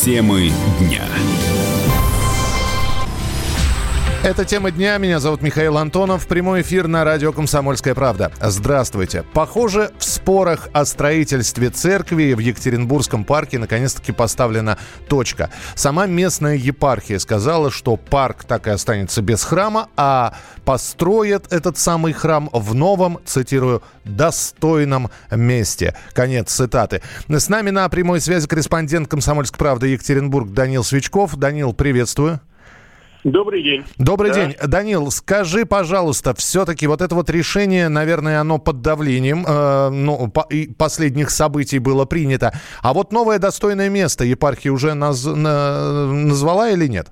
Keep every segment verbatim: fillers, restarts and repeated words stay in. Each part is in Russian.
Темы дня. Это «Тема дня». Меня зовут Михаил Антонов. Прямой эфир на радио «Комсомольская правда». Здравствуйте. Похоже, в спорах о строительстве церкви в Екатеринбургском парке наконец-таки поставлена точка. Сама местная епархия сказала, что парк так и останется без храма, а построят этот самый храм в новом, цитирую, достойном месте. Конец цитаты. С нами на прямой связи корреспондент «Комсомольской правды» Екатеринбург Данил Свичков. Данил, приветствую. Добрый день. Добрый да. день. Данил, скажи, пожалуйста, все-таки вот это вот решение, наверное, оно под давлением э, ну, по, и последних событий было принято. А вот новое достойное место епархия уже наз, на, назвала или нет?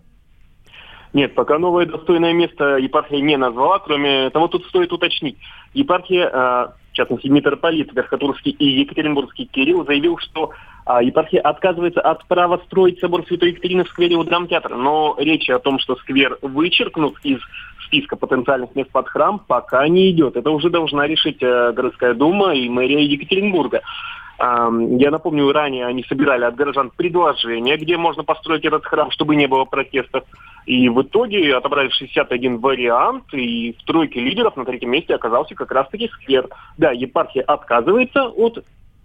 Нет, пока новое достойное место епархия не назвала. Кроме того, тут стоит уточнить. Епархия, э, в частности, митрополит Верхотурский и Екатеринбургский Кирилл заявил, что а епархия отказывается от права строить собор Святой Екатерины в сквере у драмтеатра. Но речи о том, что сквер вычеркнут из списка потенциальных мест под храм, пока не идет. Это уже должна решить э, городская дума и мэрия Екатеринбурга. Э, я напомню, ранее они собирали от горожан предложение, где можно построить этот храм, чтобы не было протестов. И в итоге отобрали шестьдесят один вариант, и в тройке лидеров на третьем месте оказался как раз-таки сквер. Да, епархия отказывается от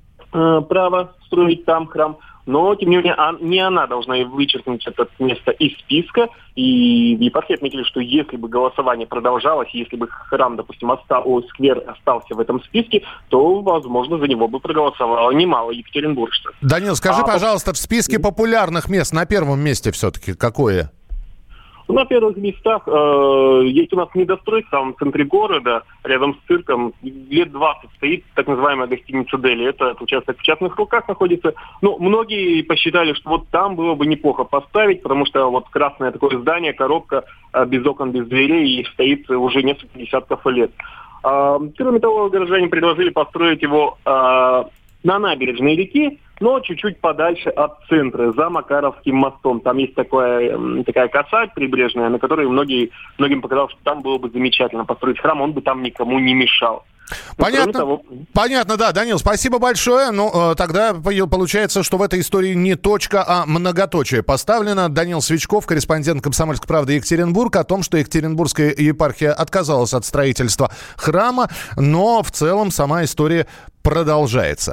право строить там храм, но, тем не менее, не она должна вычеркнуть это место из списка. И в епархии отметили, что если бы голосование продолжалось, если бы храм, допустим, остал, о, сквер остался в этом списке, то, возможно, за него бы проголосовало немало екатеринбуржцев. Данил, скажи, а, пожалуйста, в списке популярных мест на первом месте все-таки какое? На первых местах э, есть у нас недострой в самом центре города, рядом с цирком. Лет двадцать стоит так называемая гостиница «Дели». Этот участок в частных руках находится. Ну, многие посчитали, что вот там было бы неплохо поставить, потому что вот красное такое здание, коробка э, без окон, без дверей, и стоит уже несколько десятков лет. Э, кроме того, горожане предложили построить его э, на набережной реки, но чуть-чуть подальше от центра, за Макаровским мостом. Там есть такая, такая коса прибрежная, на которой многие, многим показалось, что там было бы замечательно построить храм, он бы там никому не мешал. Понятно, того... понятно, да, Данил, спасибо большое. Ну, тогда получается, что в этой истории не точка, а многоточие поставлено. Данил Свичков, корреспондент «Комсомольской правды» Екатеринбург, о том, что Екатеринбургская епархия отказалась от строительства храма, но в целом сама история продолжается.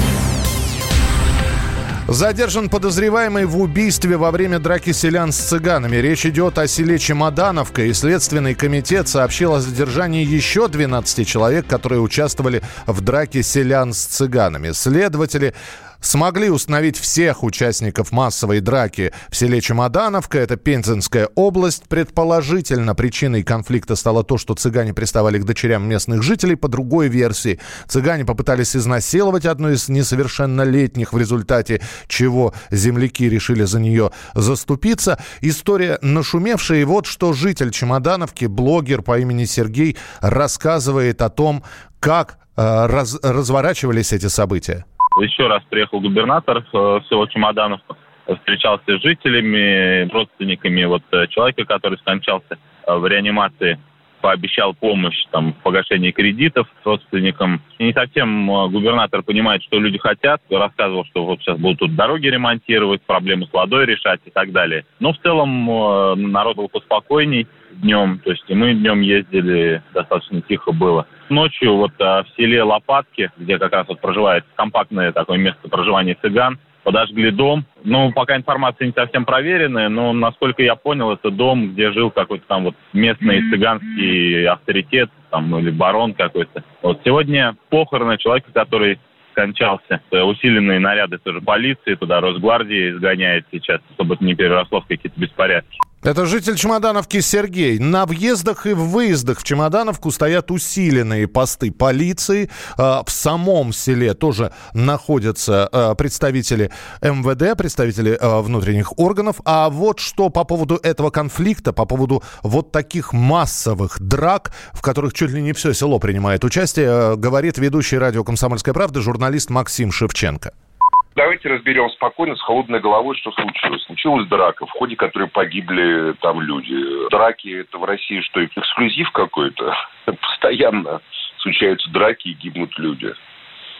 Задержан подозреваемый в убийстве во время драки селян с цыганами. Речь идет о селе Чемодановка, и Следственный комитет сообщил о задержании еще двенадцати человек, которые участвовали в драке селян с цыганами. Следователи смогли установить всех участников массовой драки в селе Чемодановка. Это Пензенская область. Предположительно, причиной конфликта стало то, что цыгане приставали к дочерям местных жителей. По другой версии, цыгане попытались изнасиловать одну из несовершеннолетних, в результате чего земляки решили за нее заступиться. История нашумевшая. И вот что житель Чемодановки, блогер по имени Сергей, рассказывает о том, как э, раз, разворачивались эти события. Еще раз приехал губернатор в село Чемодановку, встречался с жителями, родственниками вот человека, который скончался в реанимации, пообещал помощь там, в погашении кредитов родственникам. И не совсем губернатор понимает, что люди хотят. Рассказывал, что вот сейчас будут тут дороги ремонтировать, проблемы с водой решать и так далее. Но в целом народ был поспокойней днем. То есть и мы днем ездили, достаточно тихо было. Ночью вот в селе Лопатки, где как раз вот проживает компактное такое место проживания цыган, подожгли дом. Ну, пока информация не совсем проверенная, но, насколько я понял, это дом, где жил какой-то там вот местный цыганский авторитет, там, или барон какой-то. Вот сегодня похороны человека, который скончался. Усиленные наряды тоже полиции, туда Росгвардия изгоняет сейчас, чтобы это не переросло в какие-то беспорядки. Это житель Чемодановки Сергей. На въездах и выездах в Чемодановку стоят усиленные посты полиции. В самом селе тоже находятся представители эм вэ дэ, представители внутренних органов. А вот что по поводу этого конфликта, по поводу вот таких массовых драк, в которых чуть ли не все село принимает участие, говорит ведущий радио «Комсомольская правда» журналист Максим Шевченко. Давайте разберем спокойно, с холодной головой, что случилось. Случилась драка, в ходе которой погибли там люди. Драки — это в России что, эксклюзив какой-то? Постоянно случаются драки и гибнут люди.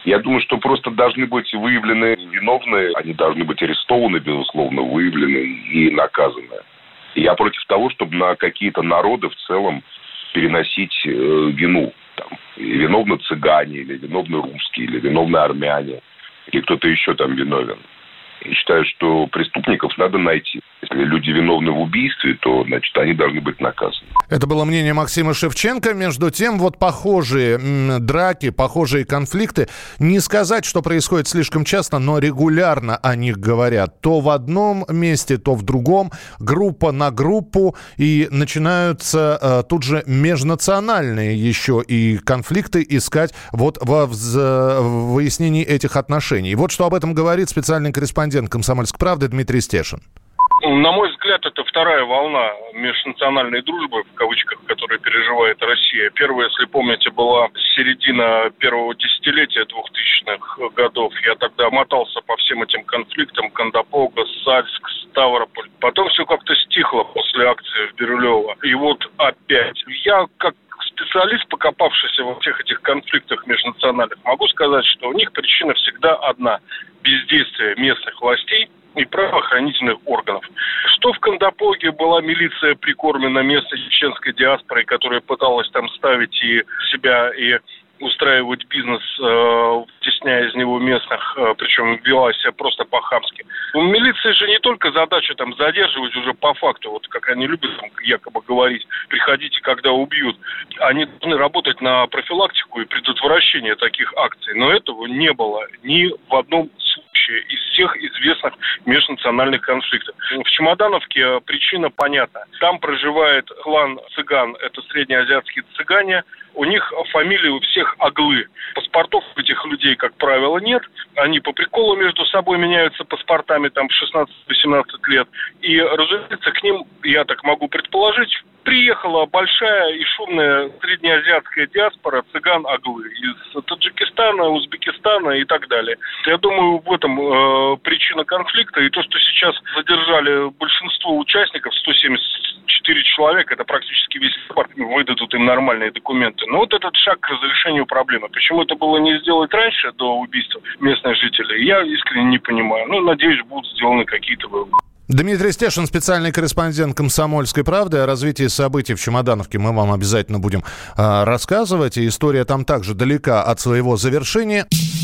Я думаю, что просто должны быть выявлены виновные, они должны быть арестованы, безусловно, выявлены и наказаны. Я против того, чтобы на какие-то народы в целом переносить э, вину. Там, виновны цыгане, или виновны русские, или виновны армяне, или кто-то еще там виновен. Я считаю, что преступников надо найти. Если люди виновны в убийстве, то, значит, они должны быть наказаны. Это было мнение Максима Шевченко. Между тем, вот похожие м, драки, похожие конфликты, не сказать, что происходит слишком часто, но регулярно о них говорят. То в одном месте, то в другом, группа на группу, и начинаются э, тут же межнациональные еще и конфликты искать вот во вз... в выяснении этих отношений. Вот что об этом говорит специальный корреспондент «Комсомольской правды» Дмитрий Стешин. На мой взгляд, это вторая волна межнациональной дружбы, в кавычках, которую переживает Россия. Первая, если помните, была середина первого десятилетия двухтысячных годов. Я тогда мотался по всем этим конфликтам: Кондопога, Сальск, Ставрополь. Потом все как-то стихло после акции в Бирюлево. И вот опять. Я как специалист, покопавшийся во всех этих конфликтах межнациональных, могу сказать, что у них причина всегда одна – бездействие местных властей и правоохранительных органов. Что в Кондопоге была милиция прикормлена местной чеченской диаспорой, которая пыталась там ставить и себя, и устраивать бизнес, э, вытесняя из него местных, э, причем вела себя просто по-хамски. У милиции же не только задача там задерживать уже по факту, вот как они любят там, якобы говорить, приходите, когда убьют. Они должны работать на профилактику и предотвращение таких акций. Но этого не было ни в одном случае из всех известных межнациональных конфликтов. В Чемодановке причина понятна. Там проживает клан цыган, это среднеазиатские цыгане. У них фамилии у всех Аглы. Паспортов этих людей, как правило, нет. Они по приколу между собой меняются паспортами там в шестнадцать-восемнадцать лет. И, разумеется, к ним, я так могу предположить, приехала большая и шумная среднеазиатская диаспора цыган-Аглы из Таджикистана, Узбекистана и так далее. Я думаю, в этом э, причина конфликта. И то, что сейчас задержали большинство участников, сто семьдесят четыре человека, это практически весь парк, выдадут им нормальные документы. Но вот этот шаг к разрешению проблемы. Почему это было не сделать раньше, до убийства местных жителей, я искренне не понимаю. Ну, надеюсь, будут сделаны какие-то выводы. Дмитрий Стешин, специальный корреспондент «Комсомольской правды». О развитии событий в Чемодановке мы вам обязательно будем э, рассказывать. И история там также далека от своего завершения.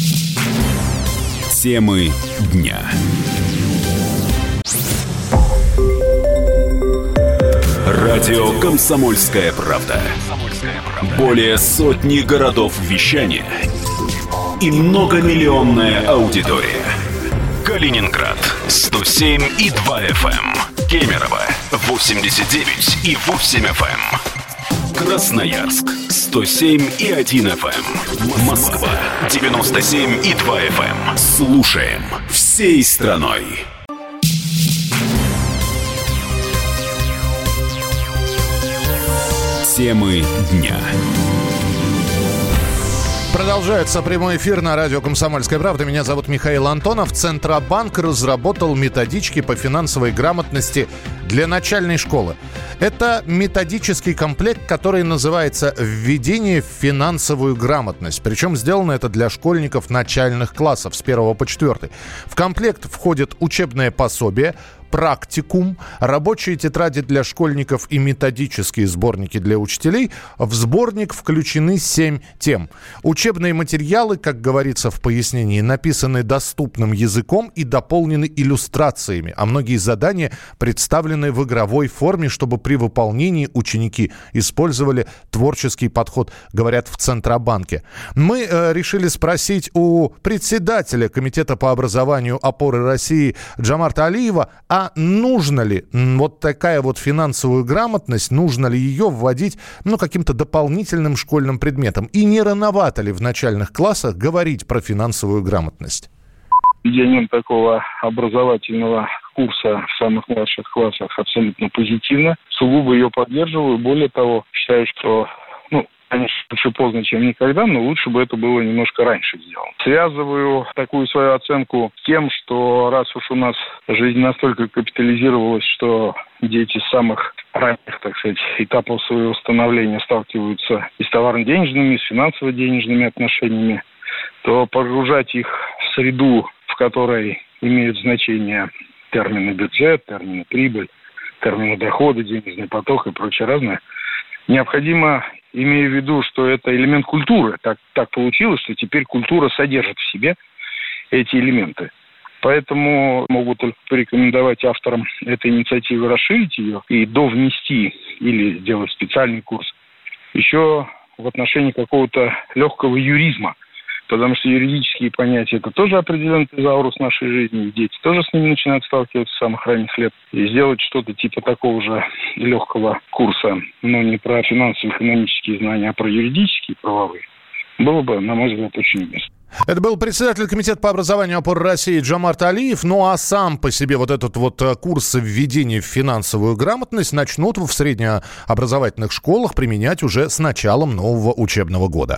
Темы дня. Радио «Комсомольская правда». Более сотни городов вещания и многомиллионная аудитория. Калининград сто семь и два эф эм, Кемерово восемьдесят девять и восемь эф эм, Красноярск сто семь и один эф эм, Москва девяносто семь и два эф эм. Слушаем всей страной. Темы дня. Продолжается прямой эфир на радио «Комсомольская правда». Меня зовут Михаил Антонов. Центробанк разработал методички по финансовой грамотности для начальной школы. Это методический комплект, который называется «Введение в финансовую грамотность». Причем сделано это для школьников начальных классов с первого по четвёртый. В комплект входит учебное пособие, практикум, рабочие тетради для школьников и методические сборники для учителей. В сборник включены семь тем. Учебные материалы, как говорится в пояснении, написаны доступным языком и дополнены иллюстрациями, а многие задания представлены в игровой форме, чтобы при выполнении ученики использовали творческий подход, говорят в Центробанке. Мы э, решили спросить у председателя Комитета по образованию «Опоры России» Джамарта Алиева, а нужно ли вот такая вот финансовую грамотность, нужно ли ее вводить, ну, каким-то дополнительным школьным предметом? И не рановато ли в начальных классах говорить про финансовую грамотность? Введением такого образовательного курса в самых младших классах абсолютно позитивно. Сугубо ее поддерживаю. Более того, считаю, что, ну, конечно, лучше поздно, чем никогда, но лучше бы это было немножко раньше сделано. Связываю такую свою оценку с тем, что раз уж у нас жизнь настолько капитализировалась, что дети с самых ранних, так сказать, этапов своего становления сталкиваются и с товарно-денежными, и с финансово-денежными отношениями, то погружать их в среду, в которой имеют значение термины бюджет, термины прибыль, термины дохода, денежный поток и прочее разное, необходимо, имея в виду, что это элемент культуры. Так, так получилось, что теперь культура содержит в себе эти элементы. Поэтому могу только порекомендовать авторам этой инициативы расширить ее и довнести или сделать специальный курс еще в отношении какого-то легкого юризма. Потому что юридические понятия – это тоже определенный тезаурус нашей жизни, и дети тоже с ними начинают сталкиваться с самых ранних лет. И сделать что-то типа такого же легкого курса, но не про финансово-экономические знания, а про юридические, правовые, было бы, на мой взгляд, очень уместно. Это был председатель комитета по образованию «Опора России» Джамарт Алиев. Ну а сам по себе вот этот вот курс введения в финансовую грамотность начнут в среднеобразовательных школах применять уже с началом нового учебного года.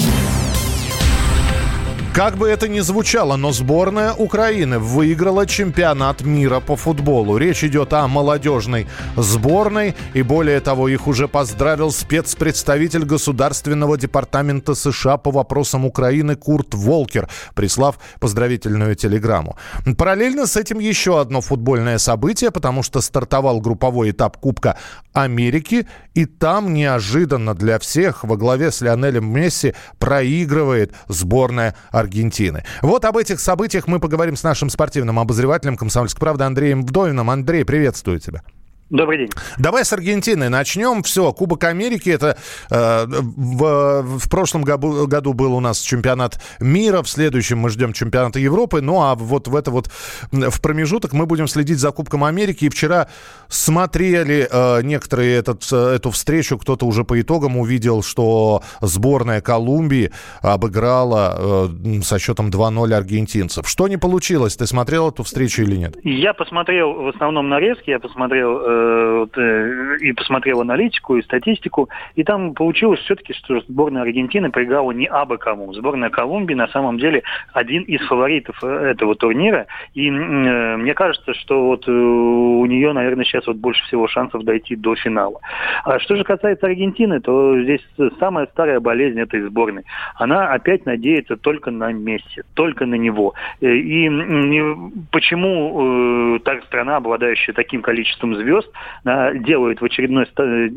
Как бы это ни звучало, но сборная Украины выиграла чемпионат мира по футболу. Речь идет о молодежной сборной. И более того, их уже поздравил спецпредставитель Государственного департамента США по вопросам Украины Курт Волкер, прислав поздравительную телеграмму. Параллельно с этим еще одно футбольное событие, потому что стартовал групповой этап Кубка Америки. И там неожиданно для всех во главе с Лионелем Месси проигрывает сборная Аргентины. Вот об этих событиях мы поговорим с нашим спортивным обозревателем «Комсомольской правды» Андреем Вдовиным. Андрей, приветствую тебя. Добрый день. Давай с Аргентины начнем. Все, Кубок Америки. Это э, в, в прошлом году, году был у нас чемпионат мира. В следующем мы ждем чемпионата Европы. Ну а вот в это вот в промежуток мы будем следить за Кубком Америки. И вчера смотрели э, некоторые этот, эту встречу. Кто-то уже по итогам увидел, что сборная Колумбии обыграла э, со счетом два ноль аргентинцев. Что не получилось? Ты смотрел эту встречу или нет? Я посмотрел в основном нарезки. Я посмотрел и посмотрел аналитику и статистику, и там получилось все-таки, что сборная Аргентины проиграла не абы кому. Сборная Колумбии на самом деле один из фаворитов этого турнира, и э, мне кажется, что вот у нее, наверное, сейчас вот больше всего шансов дойти до финала. А что же касается Аргентины, то здесь самая старая болезнь этой сборной. Она опять надеется только на Месси, только на него. И, и почему э, так страна, обладающая таким количеством звезд, делает в очередной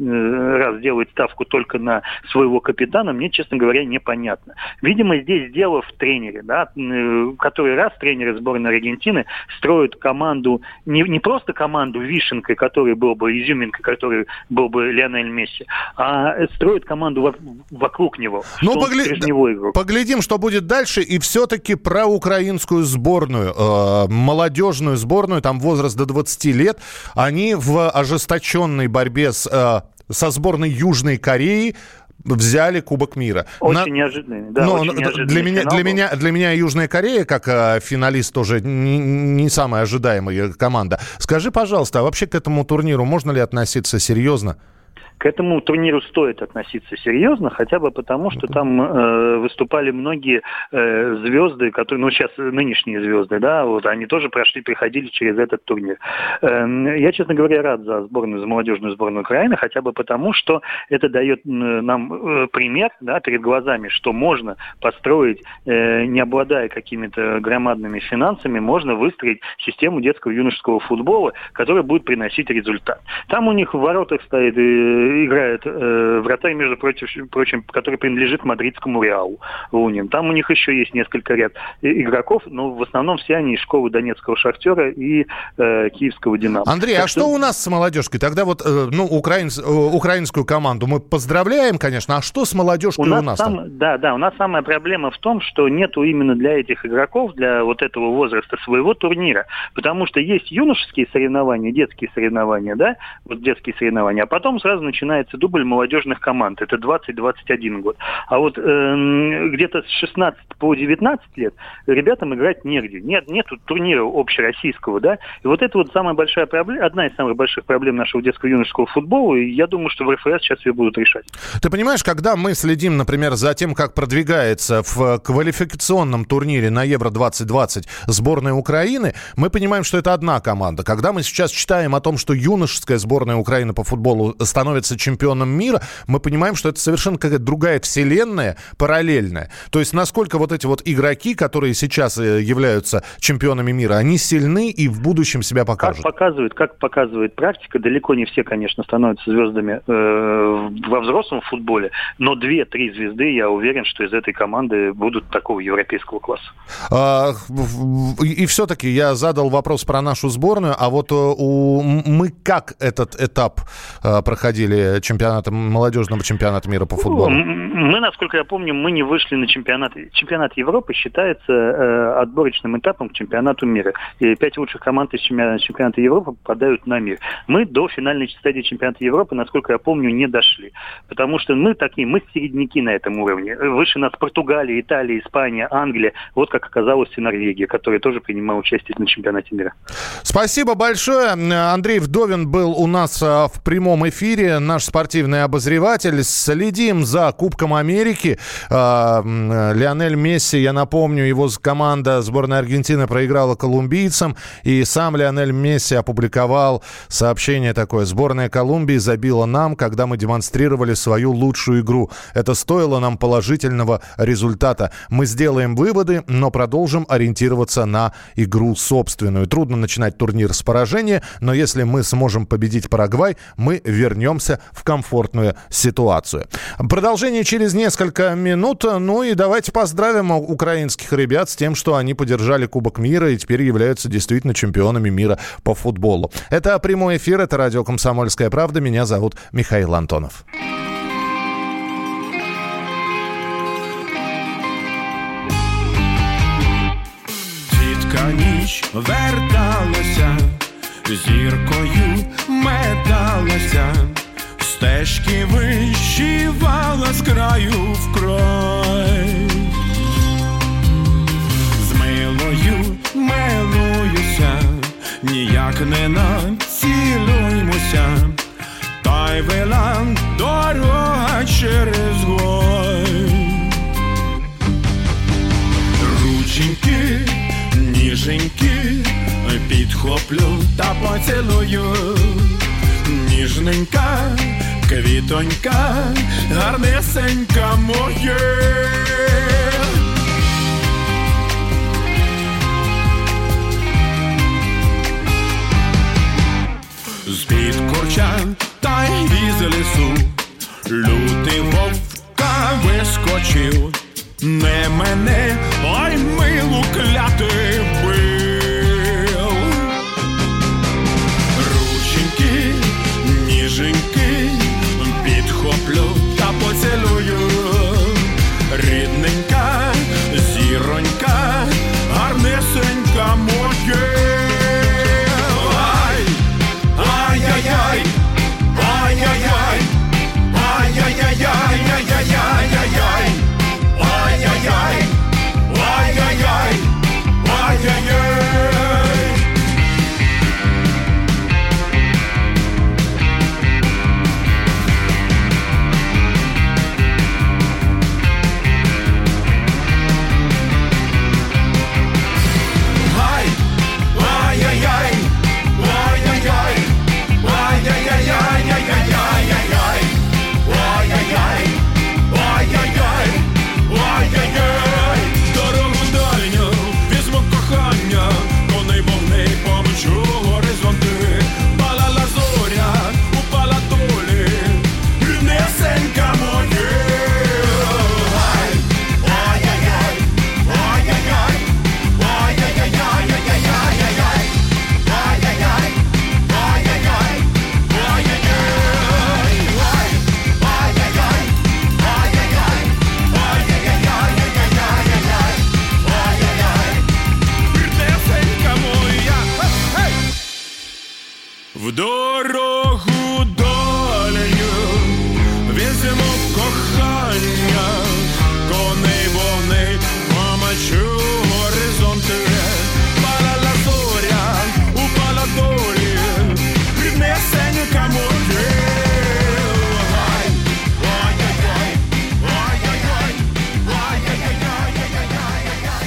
раз делает ставку только на своего капитана, мне, честно говоря, непонятно. Видимо, здесь дело в тренере, да, который раз тренеры сборной Аргентины строят команду, не, не просто команду вишенкой, которая была бы изюминкой, которой был бы Лионель Месси, а строят команду во, вокруг него. Ну, погля... поглядим, что будет дальше, и все-таки про украинскую сборную, э, молодежную сборную, там возраст до двадцати лет, они в ожесточенной борьбе с, э, со сборной Южной Кореи взяли Кубок мира. Очень На... неожиданный, да, Но, очень неожиданный для меня, для меня, для меня Южная Корея, как э, финалист, тоже не, не самая ожидаемая команда. Скажи, пожалуйста, а вообще к этому турниру можно ли относиться серьезно? К этому турниру стоит относиться серьезно, хотя бы потому, что там э, выступали многие э, звезды, которые, ну, сейчас нынешние звезды, да, вот они тоже прошли, приходили через этот турнир. Э, я, честно говоря, рад за сборную, за молодежную сборную Украины, хотя бы потому, что это дает нам э, пример, да, перед глазами, что можно построить, э, не обладая какими-то громадными финансами, можно выстроить систему детского юношеского футбола, которая будет приносить результат. Там у них в воротах стоит э, играет э, вратарь, между прочим, который принадлежит мадридскому Реалу Лунин. Там у них еще есть несколько ряд игроков, но в основном все они из школы Донецкого Шахтера и э, Киевского Динамо. Андрей, так а что... что у нас с молодежкой? Тогда вот, э, ну, украин... украинскую команду мы поздравляем, конечно, а что с молодежкой у нас, у нас сам... там? Да, да, у нас самая проблема в том, что нету именно для этих игроков, для вот этого возраста своего турнира, потому что есть юношеские соревнования, детские соревнования, да, вот детские соревнования, а потом сразу начинается дубль молодежных команд. Это двадцать-двадцать один год. А вот э, где-то с шестнадцати по девятнадцать лет ребятам играть негде. Нет, нету турнира общероссийского, да. И вот это вот самая большая проблема, одна из самых больших проблем нашего детского юношеского футбола. И я думаю, что в эр эф эс сейчас ее будут решать. Ты понимаешь, когда мы следим, например, за тем, как продвигается в квалификационном турнире на Евро двадцать двадцать сборная Украины, мы понимаем, что это одна команда. Когда мы сейчас читаем о том, что юношеская сборная Украины по футболу становится становится чемпионом мира, мы понимаем, что это совершенно какая-то другая вселенная, параллельная. То есть насколько вот эти вот игроки, которые сейчас являются чемпионами мира, они сильны и в будущем себя покажут? Как показывает, как показывает практика, далеко не все, конечно, становятся звездами э, во взрослом футболе, но две-три звезды, я уверен, что из этой команды будут такого европейского класса. А, и, и все-таки я задал вопрос про нашу сборную, а вот у, мы как этот этап а, проходили чемпионата, молодежного чемпионата мира по футболу? Мы, насколько я помню, мы не вышли на чемпионат. Чемпионат Европы считается э, отборочным этапом к чемпионату мира. И пять лучших команд из чемпионата Европы попадают на мир. Мы до финальной стадии чемпионата Европы, насколько я помню, не дошли. Потому что мы такие, мы середняки на этом уровне. Выше нас Португалия, Италия, Испания, Англия. Вот как оказалось и Норвегия, которая тоже принимала участие на чемпионате мира. Спасибо большое. Андрей Вдовин был у нас в прямом эфире, наш спортивный обозреватель. Следим за Кубком Америки. Лионель Месси, я напомню, его команда сборной Аргентины проиграла колумбийцам. И сам Лионель Месси опубликовал сообщение такое: сборная Колумбии забила нам, когда мы демонстрировали свою лучшую игру. Это стоило нам положительного результата. Мы сделаем выводы, но продолжим ориентироваться на игру собственную. Трудно начинать турнир с поражения, но если мы сможем победить Парагвай, мы вернемся в комфортную ситуацию. Продолжение через несколько минут. Ну и давайте поздравим украинских ребят с тем, что они поддержали Кубок мира и теперь являются действительно чемпионами мира по футболу. Это прямой эфир, это радио «Комсомольская правда». Меня зовут Михаил Антонов. Тітка ніч верталася, зіркою металася, стежки вищивала з краю в край. З милою милуюся, ніяк не націлуймося, та й вела дорога через гой. Рученьки, ніженьки, підхоплю та поцілую. Ніжненька, квітонька, гарнесенька моє. З-під курча та й із лісу лютий вовка вискочив. Не мене, ой, милу клятий бив. Рученьки, ніженьки, підхоплю та поцілую. Рідненька, зіронька, гарнесенька моє. Ай, ай-яй-яй, ай-яй-яй, ай-яй-яй-яй-яй-яй-яй-яй. Ай-яй-яй, ай-яй-яй, ай-яй-яй. Ай, ай-яй-яй, ай-яй-яй, ай-яй-яй-яй-яй-яй-яй-яй. Ай-яй-яй, ай-яй-яй. Ай-яй-яй, дорогу дальню візьму кохання, коней вогней помчу горизонти. Палала зоря, упала долі, ріднесенька моє. Ай, ай-яй-яй, ай-яй-яй, ай-яй-яй-яй-яй-яй-яй-яй. Ай-яй-яй, ай-яй-яй, ай-яй-яй. Ай, ай-яй-яй, ай-яй-яй. В дорогу долею візьму кохання, коней вогней помчу горизонти. Палала зоря, упала долі, ріднесенька моє. Ай, ай-яй-яй, ай-яй-яй, ай-яй-яй-яй-яй-яй-яй.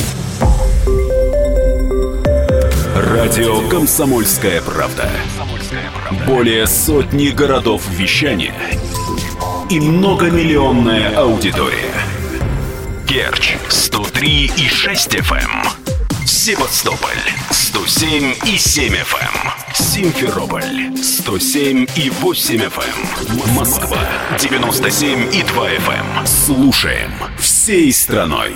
Радио «Комсомольская правда». Более сотни городов вещания и многомиллионная аудитория. Керчь сто три и шесть эф эм, Севастополь сто семь и семь эф эм, Симферополь сто семь и восемь эф эм, Москва девяносто семь и два эф эм. Слушаем всей страной.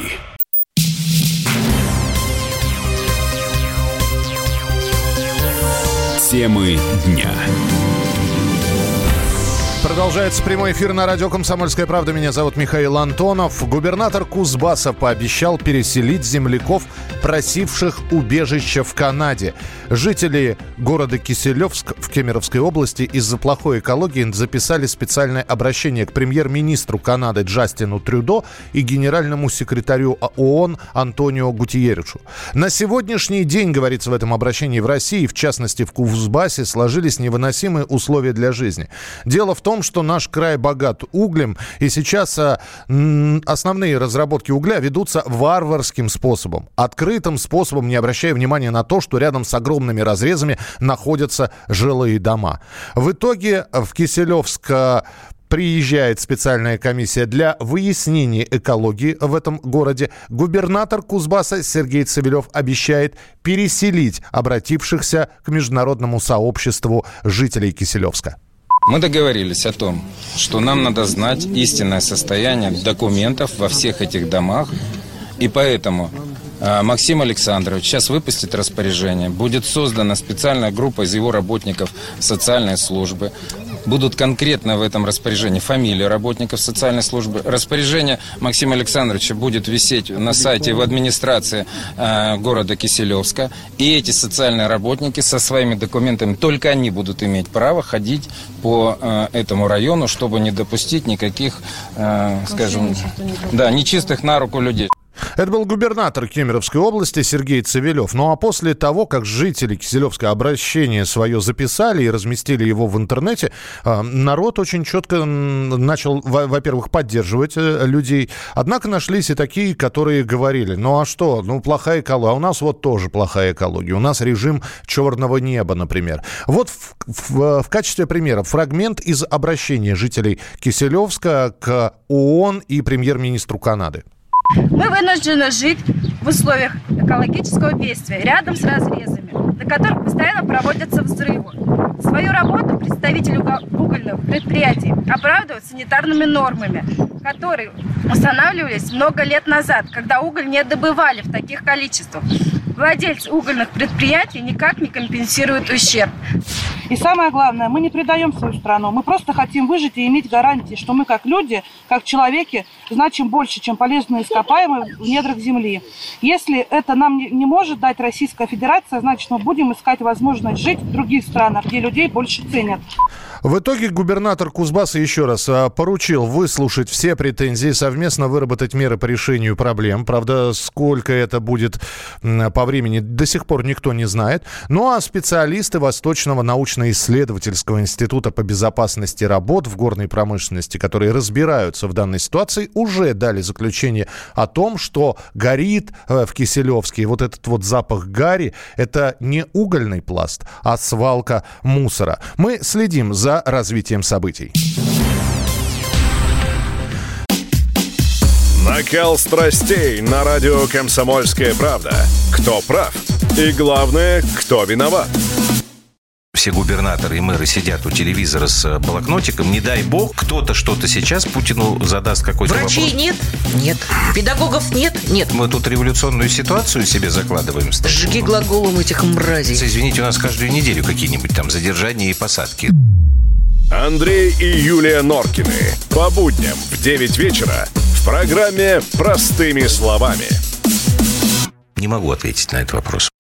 Темы дня. Продолжается прямой эфир на радио «Комсомольская правда». Меня зовут Михаил Антонов. Губернатор Кузбасса пообещал переселить земляков, просивших убежища в Канаде. Жители города Киселевск в Кемеровской области из-за плохой экологии записали специальное обращение к премьер-министру Канады Джастину Трюдо и генеральному секретарю ООН Антонио Гутиеррешу. На сегодняшний день, говорится в этом обращении, в России, в частности в Кузбассе, сложились невыносимые условия для жизни. Дело в том, что наш край богат углем, и сейчас а, м, основные разработки угля ведутся варварским способом, открытым способом, не обращая внимания на то, что рядом с огромными разрезами находятся жилые дома. В итоге в Киселевск приезжает специальная комиссия для выяснения экологии в этом городе. Губернатор Кузбасса Сергей Цивилев обещает переселить обратившихся к международному сообществу жителей Киселевска. Мы договорились о том, что нам надо знать истинное состояние документов во всех этих домах, и поэтому э, Максим Александрович сейчас выпустит распоряжение, будет создана специальная группа из его работников социальной службы. Будут конкретно в этом распоряжении фамилии работников социальной службы. Распоряжение Максима Александровича будет висеть на сайте в администрации э, города Киселевска. И эти социальные работники со своими документами, только они будут иметь право ходить по э, этому району, чтобы не допустить никаких, э, скажем, да, нечистых на руку людей. Это был губернатор Кемеровской области Сергей Цивилев. Ну а после того, как жители Киселевска обращение свое записали и разместили его в интернете, народ очень четко начал, во-первых, поддерживать людей. Однако нашлись и такие, которые говорили: ну а что, ну плохая экология, а у нас вот тоже плохая экология. У нас режим черного неба, например. Вот в, в, в качестве примера фрагмент из обращения жителей Киселевска к ООН и премьер-министру Канады. Мы вынуждены жить в условиях экологического бедствия, рядом с разрезами, на которых постоянно проводятся взрывы. Свою работу представители угольных предприятий оправдывают санитарными нормами, которые устанавливались много лет назад, когда уголь не добывали в таких количествах. Владельцы угольных предприятий никак не компенсируют ущерб. И самое главное, мы не предаем свою страну. Мы просто хотим выжить и иметь гарантии, что мы как люди, как человеки, значим больше, чем полезные ископаемые в недрах земли. Если это нам не может дать Российская Федерация, значит, мы будем искать возможность жить в других странах, где людей больше ценят. В итоге губернатор Кузбасса еще раз поручил выслушать все претензии, совместно выработать меры по решению проблем. Правда, сколько это будет по времени, до сих пор никто не знает. Ну а специалисты Восточного научно-исследовательского института по безопасности работ в горной промышленности, которые разбираются в данной ситуации, уже дали заключение о том, что горит в Киселевске. Вот этот вот запах гари – это не угольный пласт, а свалка мусора. Мы следим за развитием событий. Накал страстей на радио «Комсомольская правда». Кто прав? И главное, кто виноват? Все губернаторы и мэры сидят у телевизора с блокнотиком. Не дай бог, кто-то что-то сейчас Путину задаст какой-то Врачей вопрос. нет? Нет. Педагогов нет? Нет. Мы тут революционную ситуацию себе закладываем. Сжиги глаголом этих мразей. Извините, у нас каждую неделю какие-нибудь там задержания и посадки. Андрей и Юлия Норкины. По будням в девять вечера в программе «Простыми словами». Не могу ответить на этот вопрос.